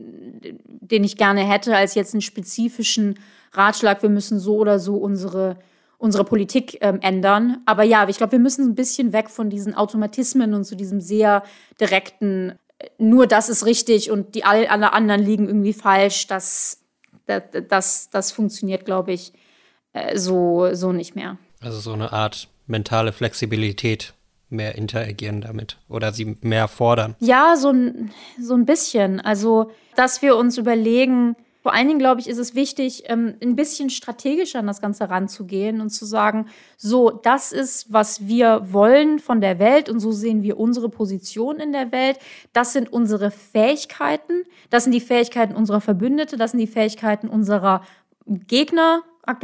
ich gerne hätte, als jetzt einen spezifischen Ratschlag, wir müssen so oder so unsere Politik ändern. Aber ja, ich glaube, wir müssen ein bisschen weg von diesen Automatismen und zu diesem sehr direkten, nur das ist richtig und alle anderen liegen irgendwie falsch. Das funktioniert, glaube ich, so nicht mehr. Also so eine Art mentale Flexibilität, mehr interagieren damit oder sie mehr fordern. Ja, so ein bisschen. Also, dass wir uns überlegen, vor allen Dingen, glaube ich, ist es wichtig, ein bisschen strategischer an das Ganze ranzugehen und zu sagen, so, das ist, was wir wollen von der Welt und so sehen wir unsere Position in der Welt. Das sind unsere Fähigkeiten, das sind die Fähigkeiten unserer Verbündete, das sind die Fähigkeiten unserer Gegner,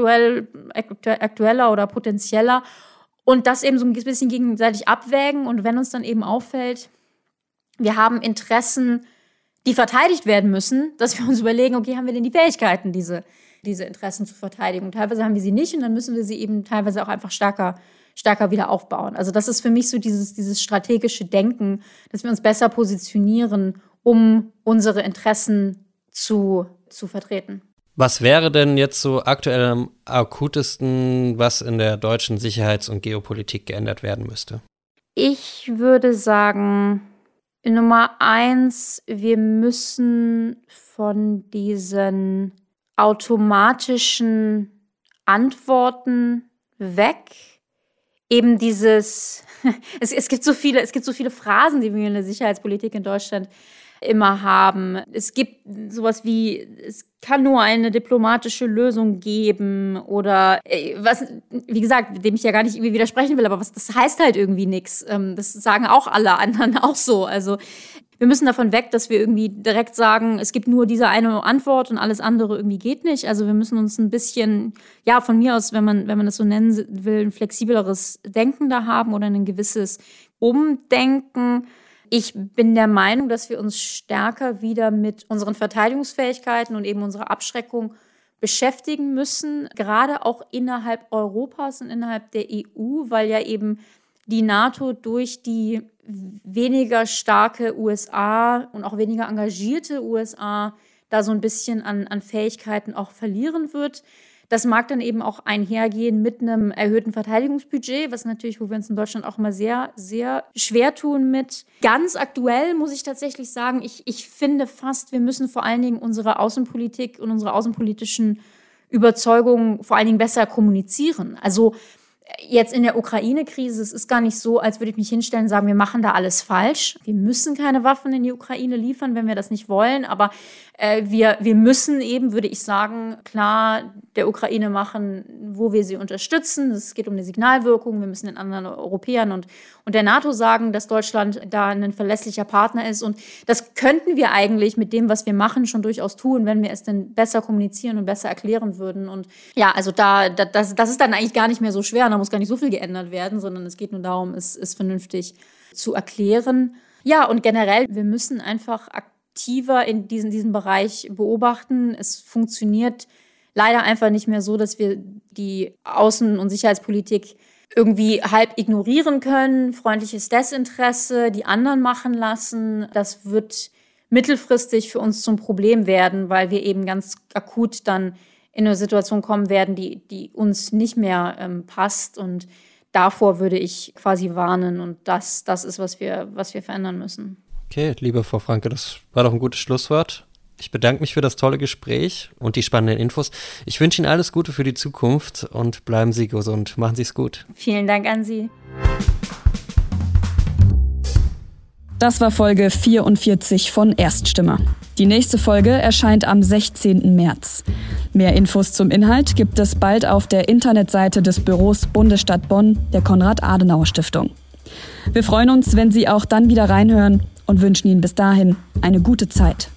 aktueller oder potenzieller. Und das eben so ein bisschen gegenseitig abwägen. Und wenn uns dann eben auffällt, wir haben Interessen, die verteidigt werden müssen, dass wir uns überlegen, okay, haben wir denn die Fähigkeiten, diese Interessen zu verteidigen? Und teilweise haben wir sie nicht und dann müssen wir sie eben teilweise auch einfach stärker wieder aufbauen. Also das ist für mich so dieses strategische Denken, dass wir uns besser positionieren, um unsere Interessen zu vertreten. Was wäre denn jetzt so aktuell am akutesten, was in der deutschen Sicherheits- und Geopolitik geändert werden müsste? Ich würde sagen, Nummer 1, wir müssen von diesen automatischen Antworten weg. Eben es gibt so viele Phrasen, die wir in der Sicherheitspolitik in Deutschland immer haben. Es gibt sowas wie, es kann nur eine diplomatische Lösung geben oder was, wie gesagt, dem ich ja gar nicht irgendwie widersprechen will, aber das heißt halt irgendwie nichts. Das sagen auch alle anderen auch so. Also wir müssen davon weg, dass wir irgendwie direkt sagen, es gibt nur diese eine Antwort und alles andere irgendwie geht nicht. Also wir müssen uns ein bisschen, ja, von mir aus, wenn man das so nennen will, ein flexibleres Denken da haben oder ein gewisses Umdenken. Ich bin der Meinung, dass wir uns stärker wieder mit unseren Verteidigungsfähigkeiten und eben unserer Abschreckung beschäftigen müssen, gerade auch innerhalb Europas und innerhalb der EU, weil ja eben die NATO durch die weniger starke USA und auch weniger engagierte USA da so ein bisschen an Fähigkeiten auch verlieren wird. Das mag dann eben auch einhergehen mit einem erhöhten Verteidigungsbudget, was natürlich, wo wir uns in Deutschland auch immer sehr, sehr schwer tun mit. Ganz aktuell muss ich tatsächlich sagen, ich finde fast, wir müssen vor allen Dingen unsere Außenpolitik und unsere außenpolitischen Überzeugungen vor allen Dingen besser kommunizieren. Also Jetzt in der Ukraine-Krise, es ist gar nicht so, als würde ich mich hinstellen und sagen, wir machen da alles falsch. Wir müssen keine Waffen in die Ukraine liefern, wenn wir das nicht wollen. Aber wir müssen eben, würde ich sagen, klar der Ukraine machen, wo wir sie unterstützen. Es geht um eine Signalwirkung. Wir müssen den anderen Europäern und der NATO sagen, dass Deutschland da ein verlässlicher Partner ist. Und das könnten wir eigentlich mit dem, was wir machen, schon durchaus tun, wenn wir es denn besser kommunizieren und besser erklären würden. Und ja, also das ist dann eigentlich gar nicht mehr so schwer. Da muss gar nicht so viel geändert werden, sondern es geht nur darum, es vernünftig zu erklären. Ja, und generell, wir müssen einfach aktiver in diesem Bereich beobachten. Es funktioniert leider einfach nicht mehr so, dass wir die Außen- und Sicherheitspolitik irgendwie halb ignorieren können. Freundliches Desinteresse, die anderen machen lassen, das wird mittelfristig für uns zum Problem werden, weil wir eben ganz akut dann in eine Situation kommen werden, die uns nicht mehr passt. Und davor würde ich quasi warnen. Und das ist, was wir verändern müssen. Okay, liebe Frau Franke, das war doch ein gutes Schlusswort. Ich bedanke mich für das tolle Gespräch und die spannenden Infos. Ich wünsche Ihnen alles Gute für die Zukunft und bleiben Sie gesund. Machen Sie es gut. Vielen Dank an Sie. Das war Folge 44 von Erststimme. Die nächste Folge erscheint am 16. März. Mehr Infos zum Inhalt gibt es bald auf der Internetseite des Büros Bundesstadt Bonn der Konrad-Adenauer-Stiftung. Wir freuen uns, wenn Sie auch dann wieder reinhören und wünschen Ihnen bis dahin eine gute Zeit.